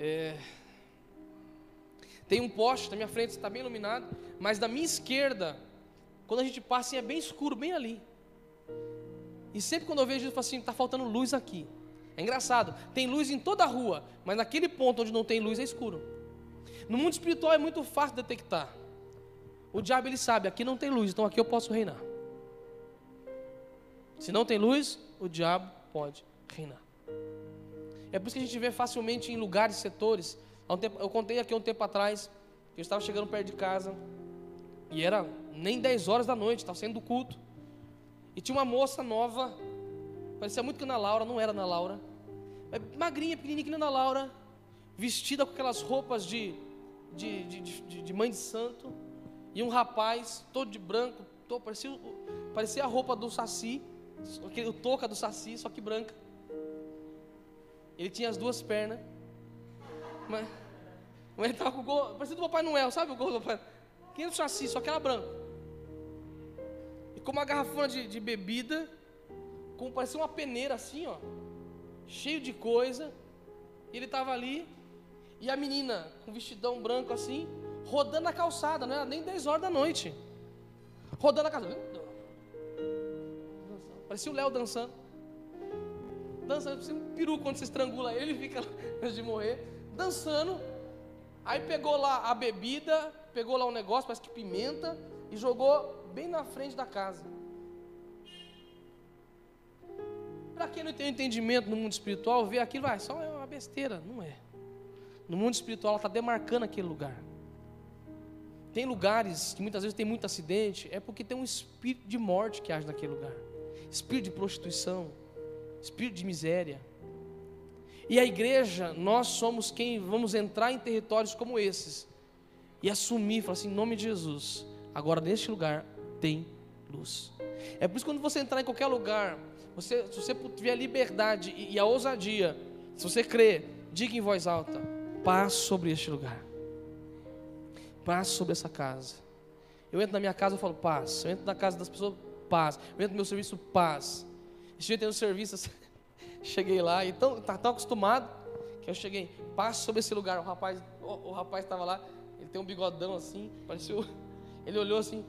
É... Tem um poste na minha frente, está bem iluminado, mas da minha esquerda, quando a gente passa, assim, é bem escuro, bem ali. E sempre quando eu vejo, eu falo assim, está faltando luz aqui. É engraçado, tem luz em toda a rua, mas naquele ponto onde não tem luz é escuro. No mundo espiritual é muito fácil detectar. O diabo, ele sabe, aqui não tem luz, então aqui eu posso reinar. Se não tem luz, o diabo pode reinar. É por isso que a gente vê facilmente em lugares, setores. Há um tempo, eu contei aqui um tempo atrás, que eu estava chegando perto de casa, e era nem dez horas da noite, estava saindo do culto. E tinha uma moça nova, parecia muito que Ana Laura, não era Ana Laura, magrinha, pequenininha que nem Ana Laura, vestida com aquelas roupas de, de, de, de, de mãe de santo, e um rapaz todo de branco, todo, parecia, parecia a roupa do Saci, o touca do Saci, só que branca. Ele tinha as duas pernas, mas, mas ele estava com o gorro, parecia do Papai Noel, sabe o gorro do Papai Noel? Que era do Saci, só que era branco. Com uma garrafona de, de bebida, com, parecia uma peneira assim, ó, cheio de coisa. E ele estava ali, e a menina com vestidão branco assim, rodando a calçada, não era nem dez horas da noite, rodando a calçada, parecia o Léo dançando, dançando, parecia um peru quando você estrangula ele, ele fica antes de morrer, dançando. Aí pegou lá a bebida, pegou lá um negócio, parece que pimenta, e jogou bem na frente da casa. Para quem não tem entendimento no mundo espiritual, ver aquilo, vai, só é uma besteira. Não é. No mundo espiritual, ela está demarcando aquele lugar. Tem lugares que muitas vezes tem muito acidente, é porque tem um espírito de morte que age naquele lugar. Espírito de prostituição, espírito de miséria. E a igreja, nós somos quem vamos entrar em territórios como esses e assumir, falar assim, em nome de Jesus, agora neste lugar tem luz. É por isso que quando você entrar em qualquer lugar, você, se você tiver a liberdade e, e a ousadia, se você crer, diga em voz alta, paz sobre este lugar, paz sobre essa casa. Eu entro na minha casa, eu falo paz. Eu entro na casa das pessoas, paz. Eu entro no meu serviço, paz. Esse dia eu tenho um serviço, cheguei lá e tão, tá tão acostumado que eu cheguei, paz sobre esse lugar. O rapaz, o, o rapaz estava lá, ele tem um bigodão assim, parecia, ele olhou assim.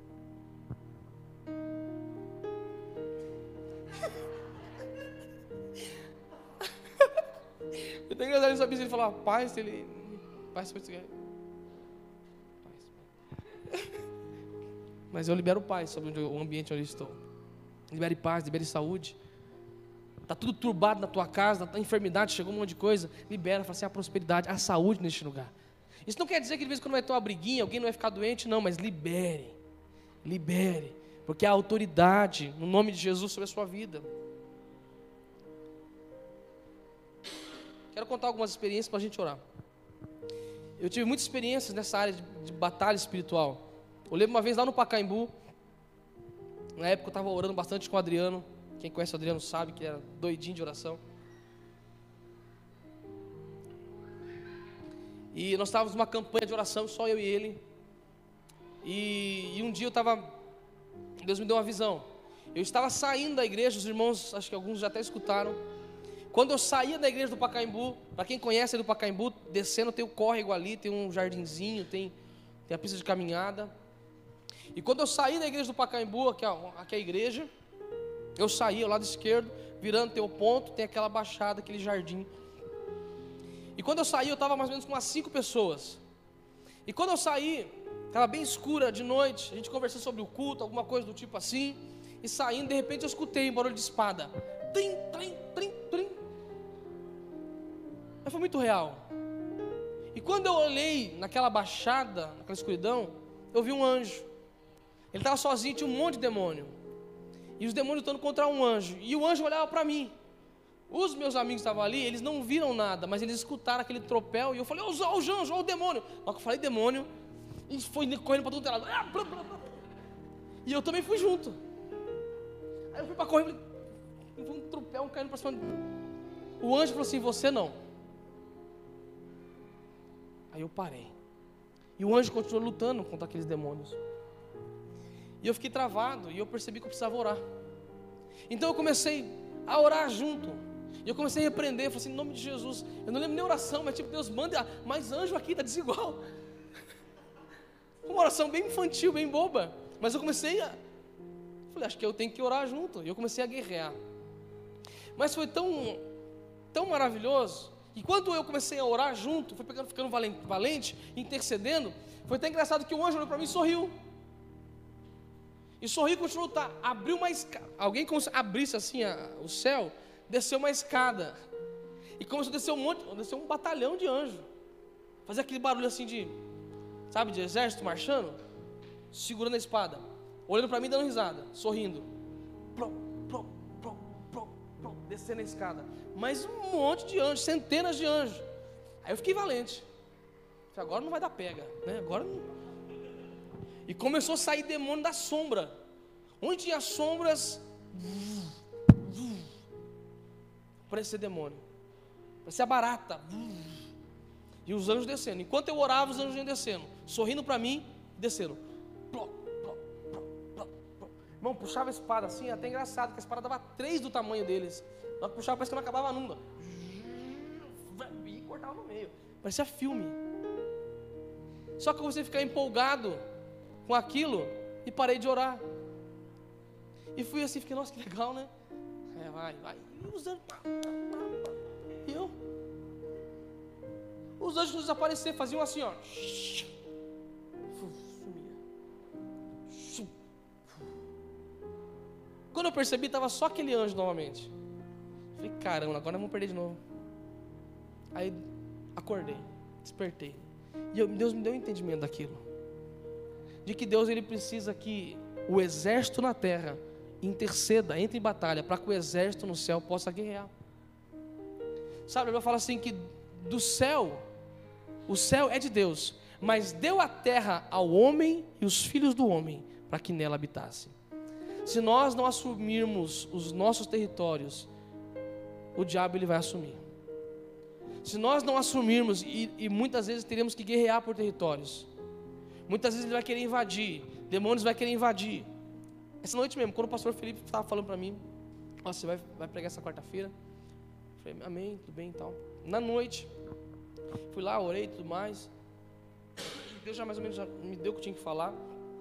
Eu tenho que ele sabia se ele falava paz, ele paz sobre esse lugar. Paz. Mas eu libero paz sobre o ambiente onde eu estou. Libere paz, libere saúde. Está tudo turbado na tua casa, a enfermidade, chegou um monte de coisa. Libera, fala assim, a prosperidade, a saúde neste lugar. Isso não quer dizer que de vez em quando vai ter uma briguinha, alguém não vai ficar doente, não, mas libere. Libere. Porque há autoridade no nome de Jesus sobre a sua vida. Quero contar algumas experiências para a gente orar. Eu tive muitas experiências nessa área de, de batalha espiritual. Eu lembro uma vez lá no Pacaembu. Na época eu estava orando bastante com o Adriano. Quem conhece o Adriano sabe que ele era doidinho de oração. E nós estávamos numa campanha de oração, só eu e ele. E, e um dia eu estava... Deus me deu uma visão. Eu estava saindo da igreja, os irmãos, acho que alguns já até escutaram. Quando eu saía da igreja do Pacaembu, para quem conhece do Pacaembu, descendo tem o córrego ali, tem um jardinzinho, tem, tem a pista de caminhada. E quando eu saí da igreja do Pacaembu, aqui, ó, aqui é a igreja, eu saí ao lado esquerdo, virando tem o ponto, tem aquela baixada, aquele jardim. E quando eu saí, eu estava mais ou menos com umas cinco pessoas. E quando eu saí, estava bem escura de noite, a gente conversou sobre o culto, alguma coisa do tipo assim. E saindo, de repente eu escutei um barulho de espada. Trim, trim, trim, trim. Mas foi muito real. E quando eu olhei naquela baixada, naquela escuridão, eu vi um anjo. Ele estava sozinho, tinha um monte de demônio. E os demônios lutando contra um anjo. E o anjo olhava para mim. Os meus amigos estavam ali, eles não viram nada, mas eles escutaram aquele tropel. E eu falei, ó oh, o anjo, ó o demônio. Na hora que eu falei demônio, ele foi correndo para todo lado. E eu também fui junto. Aí eu fui para correr, e um tropel caindo para cima. O anjo falou assim, você não. Aí eu parei. E o anjo continuou lutando contra aqueles demônios. E eu fiquei travado. E eu percebi que eu precisava orar. Então eu comecei a orar junto. E eu comecei a repreender, falei assim, em nome de Jesus. Eu não lembro nem oração, mas tipo, Deus manda mais anjo aqui, está desigual. Uma oração bem infantil, bem boba. Mas eu comecei a... Falei, acho que eu tenho que orar junto. E eu comecei a guerrear. Mas foi tão, tão maravilhoso. E quando eu comecei a orar junto, foi pegando, ficando valente, valente, intercedendo, foi até engraçado que o anjo olhou para mim e sorriu. E sorriu e continuou, tá, abriu uma escada. Alguém como se abrisse assim a, o céu, desceu uma escada. E começou a descer um monte, desceu um batalhão de anjos. Fazia aquele barulho assim de, sabe, de exército marchando, segurando a espada, olhando para mim, dando risada, sorrindo. Plom, plom, plom, plom, plom, descendo a escada. Mas um monte de anjos, centenas de anjos. Aí eu fiquei valente. Falei, agora não vai dar pega, né? Agora não. E começou a sair demônio da sombra. Onde tinha sombras, parecia demônio, parecia barata. E os anjos descendo. Enquanto eu orava, os anjos iam descendo, sorrindo para mim, descendo. Pló, pló, pló, pló, pló. Irmão, puxava a espada assim, até engraçado, que a espada dava três do tamanho deles. Na hora que puxava, parece que não acabava nunca. E cortava no meio. Parecia filme. Só que eu comecei a ficar empolgado com aquilo e parei de orar. E fui assim, fiquei, nossa, que legal, né? É, vai, vai. E os anjos. E eu? Os anjos nos desapareceram, faziam assim, ó. Sumia. Quando eu percebi, estava só aquele anjo novamente. Falei, caramba, agora nós vamos perder de novo. Aí acordei, despertei. E eu, Deus me deu um entendimento daquilo. De que Deus ele precisa que o exército na terra interceda, entre em batalha, para que o exército no céu possa guerrear. Sabe, a Bíblia fala assim que do céu, o céu é de Deus, mas deu a terra ao homem e os filhos do homem, para que nela habitasse. Se nós não assumirmos os nossos territórios, o diabo ele vai assumir. Se nós não assumirmos, e, e muitas vezes teremos que guerrear por territórios, muitas vezes ele vai querer invadir, demônios vai querer invadir. Essa noite mesmo, quando o pastor Felipe estava falando para mim, ó, você vai, vai pregar essa quarta-feira? Eu falei, amém, tudo bem e tal. Na noite, fui lá, orei e tudo mais. Deus já mais ou menos já me deu o que eu tinha que falar.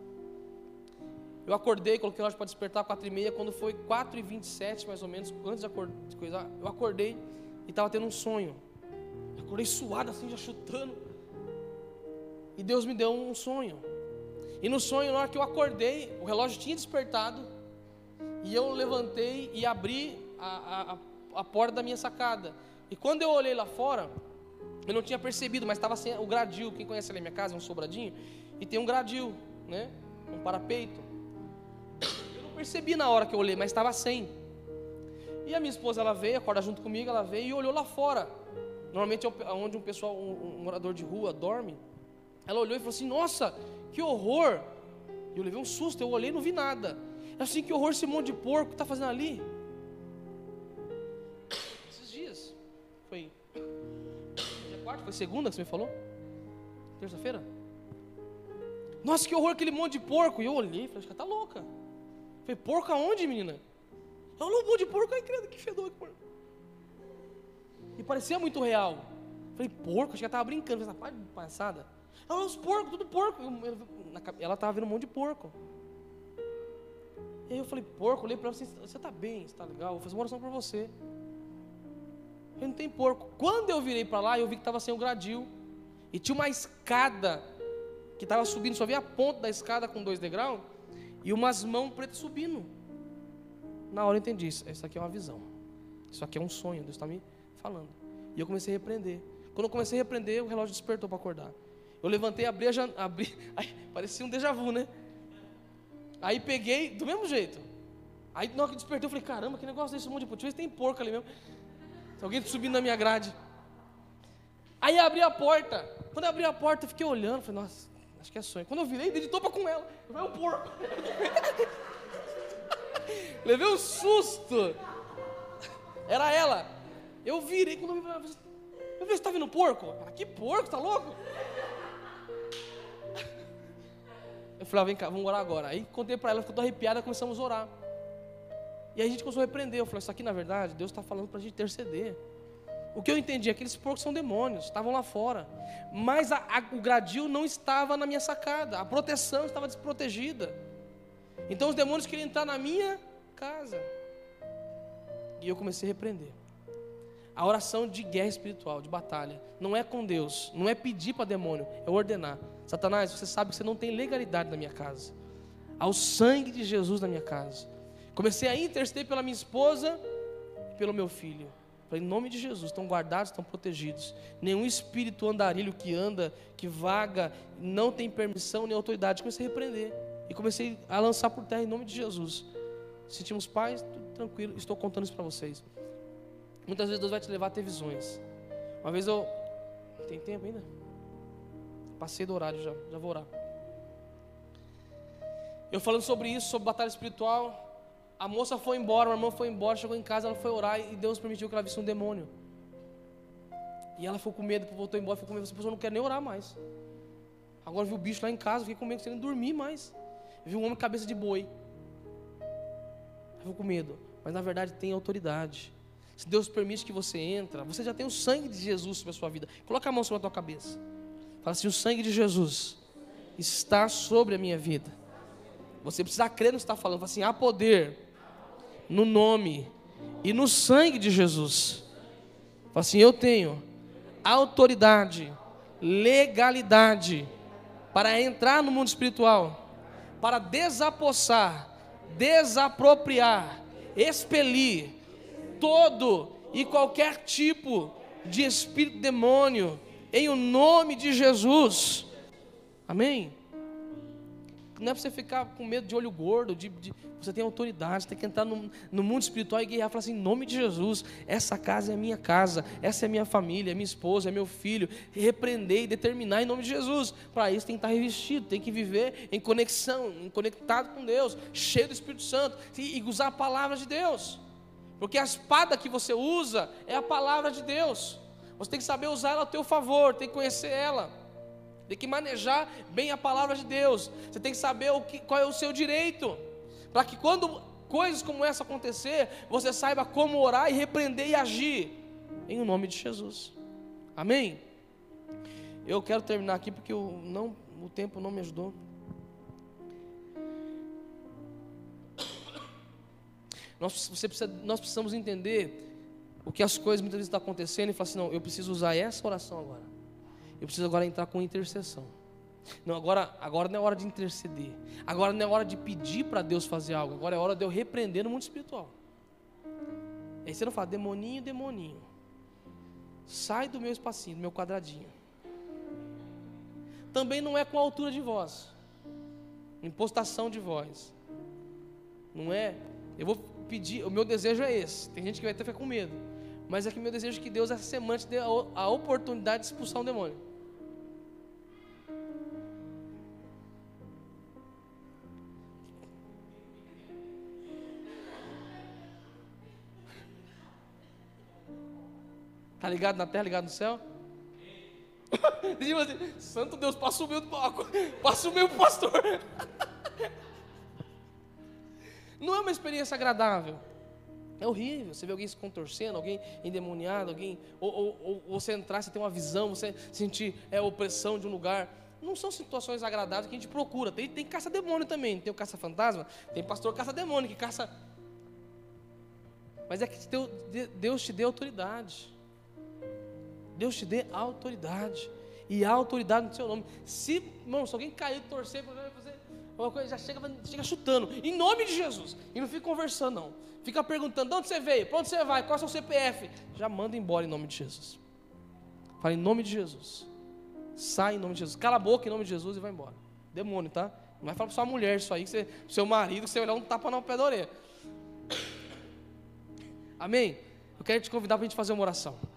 Eu acordei, coloquei o relógio para despertar quatro e meia, quando foi quatro e vinte e sete mais ou menos, antes de acordar, eu acordei e estava tendo um sonho. Eu acordei suado assim, já chutando. E Deus me deu um sonho. E no sonho, na hora que eu acordei, o relógio tinha despertado. E eu levantei e abri a, a, a porta da minha sacada. E quando eu olhei lá fora, eu não tinha percebido, mas estava sem o gradil. Quem conhece ali a minha casa, é um sobradinho. E tem um gradil, né? Um parapeito. Eu não percebi na hora que eu olhei, mas estava sem. E a minha esposa, ela veio, acorda junto comigo, ela veio e olhou lá fora. Normalmente é onde um pessoal, um, um morador de rua dorme. Ela olhou e falou assim, nossa, que horror. E eu levei um susto, eu olhei e não vi nada. Eu assim, que horror esse monte de porco está fazendo ali? Esses dias, foi dia quarto, foi segunda que você me falou? Terça-feira? Nossa, que horror aquele monte de porco. E eu olhei e falei, acho que ela está louca. Eu falei, porco aonde, menina? Ela falou, um monte de porco, ai credo, que fedor que porco. E parecia muito real. Eu falei, porco, acho que ela estava brincando, essa parte de passada. Ela falou, os porcos, tudo porco. Ela estava vendo um monte de porco. E aí eu falei, porco, olhei para ela, você está bem, você está legal, vou fazer uma oração para você. Eu não tem porco. Quando eu virei para lá, eu vi que estava sem o gradil. E tinha uma escada que estava subindo, só via a ponta da escada com dois degraus. E umas mãos pretas subindo. Na hora eu entendi, isso, isso aqui é uma visão. Isso aqui é um sonho, Deus está me falando. E eu comecei a repreender. Quando eu comecei a repreender, o relógio despertou para acordar. Eu levantei, abri a janela, abri, aí, parecia um déjà vu, né? Aí peguei, do mesmo jeito. Aí na hora que despertei, eu falei, caramba, que negócio desse monte de porco. Deixa eu ver se tem porco ali mesmo. Tem alguém subindo na minha grade. Aí abri a porta. Quando eu abri a porta, eu fiquei olhando, falei, nossa, acho que é sonho. Quando eu virei, dei de topa com ela. Eu falei, é um porco. Levei um susto. Era ela. Eu virei, quando eu vi, eu falei, você está vendo porco? Ela, que porco, tá louco? Eu falei, ah, vem cá, vamos orar agora. Aí contei para ela, ficou toda arrepiada, começamos a orar. E aí a gente começou a repreender. Eu falei, isso aqui na verdade, Deus está falando para a gente interceder. O que eu entendi é que aqueles porcos são demônios, estavam lá fora. Mas a, a, o gradil não estava na minha sacada, a proteção estava desprotegida. Então os demônios queriam entrar na minha casa. E eu comecei a repreender. A oração de guerra espiritual, de batalha, não é com Deus, não é pedir para demônio, é ordenar. Satanás, você sabe que você não tem legalidade na minha casa. Há o sangue de Jesus na minha casa. Comecei a interceder pela minha esposa e pelo meu filho. Falei, em nome de Jesus, estão guardados, estão protegidos. Nenhum espírito andarilho que anda, que vaga, não tem permissão nem autoridade. Comecei a repreender e comecei a lançar por terra em nome de Jesus. Sentimos paz, tudo tranquilo, estou contando isso para vocês. Muitas vezes Deus vai te levar a ter visões. Uma vez eu... Tem tempo ainda? Passei do horário já, já vou orar. Eu falando sobre isso, sobre batalha espiritual... A moça foi embora, a irmã foi embora, chegou em casa, ela foi orar e Deus permitiu que ela visse um demônio. E ela ficou com medo, voltou embora, ficou com medo, essa pessoa não quer nem orar mais. Agora viu o bicho lá em casa, fiquei com medo, sem nem dormir mais. Viu um homem com cabeça de boi. Ficou com medo, mas na verdade tem autoridade. Se Deus permite que você entre, você já tem o sangue de Jesus sobre a sua vida. Coloca a mão sobre a tua cabeça. Fala assim, o sangue de Jesus está sobre a minha vida. Você precisa crer no que está falando. Fala assim, há poder no nome e no sangue de Jesus. Fala assim, eu tenho autoridade, legalidade para entrar no mundo espiritual, para desapossar, desapropriar, expelir todo e qualquer tipo de espírito demônio, em o nome de Jesus. Amém? Não é para você ficar com medo de olho gordo, de, de, você tem autoridade, você tem que entrar no, no mundo espiritual e guerrear, falar assim, em nome de Jesus, essa casa é a minha casa, essa é a minha família, é minha esposa, é meu filho, repreender e determinar em nome de Jesus. Para isso tem que estar revestido, tem que viver em conexão, em conectado com Deus, cheio do Espírito Santo, e, e usar a palavra de Deus, porque a espada que você usa é a palavra de Deus. Você tem que saber usar ela ao teu favor, tem que conhecer ela. Tem que manejar bem a palavra de Deus. Você tem que saber o que, qual é o seu direito, para que quando coisas como essa acontecer, você saiba como orar e repreender e agir em o nome de Jesus. Amém? Eu quero terminar aqui porque eu não, o tempo não me ajudou. Nós, você precisa, nós precisamos entender o que as coisas muitas vezes estão acontecendo e falar assim, não, eu preciso usar essa oração agora. Eu preciso agora entrar com intercessão. Não, agora, agora não é hora de interceder. Agora não é hora de pedir para Deus fazer algo. Agora é hora de eu repreender no mundo espiritual. Aí você não fala, demoninho, demoninho, sai do meu espacinho, do meu quadradinho. Também não é com altura de voz, impostação de voz. Não é, eu vou pedir, o meu desejo é esse. Tem gente que vai até ficar com medo. Mas é que o meu desejo é que Deus, essa semana, te dê a oportunidade de expulsar um demônio. Tá ligado na terra, ligado no céu? Assim, santo Deus, passa o meu, passa o meu pastor. Não é uma experiência agradável. É horrível, você vê alguém se contorcendo, alguém endemoniado, alguém, ou, ou, ou você entrar, você ter uma visão, você sentir é, opressão de um lugar. Não são situações agradáveis que a gente procura. Tem, tem caça-demônio também, tem o caça-fantasma, tem pastor caça-demônio que caça. Mas é que Deus te deu autoridade. Deus te dê autoridade. E há autoridade no seu nome. Se, irmão, se alguém cair, torcer, fazer uma coisa, já chega, chega chutando, em nome de Jesus. E não fica conversando, não. Fica perguntando, de onde você veio? Para onde você vai? Qual é o seu C P F? Já manda embora em nome de Jesus. Fala em nome de Jesus. Sai em nome de Jesus. Cala a boca em nome de Jesus e vai embora. Demônio, tá? Não vai falar para sua mulher isso aí, que você, seu marido, que você vai dar um tapa no pé da orelha. Amém? Eu quero te convidar para a gente fazer uma oração.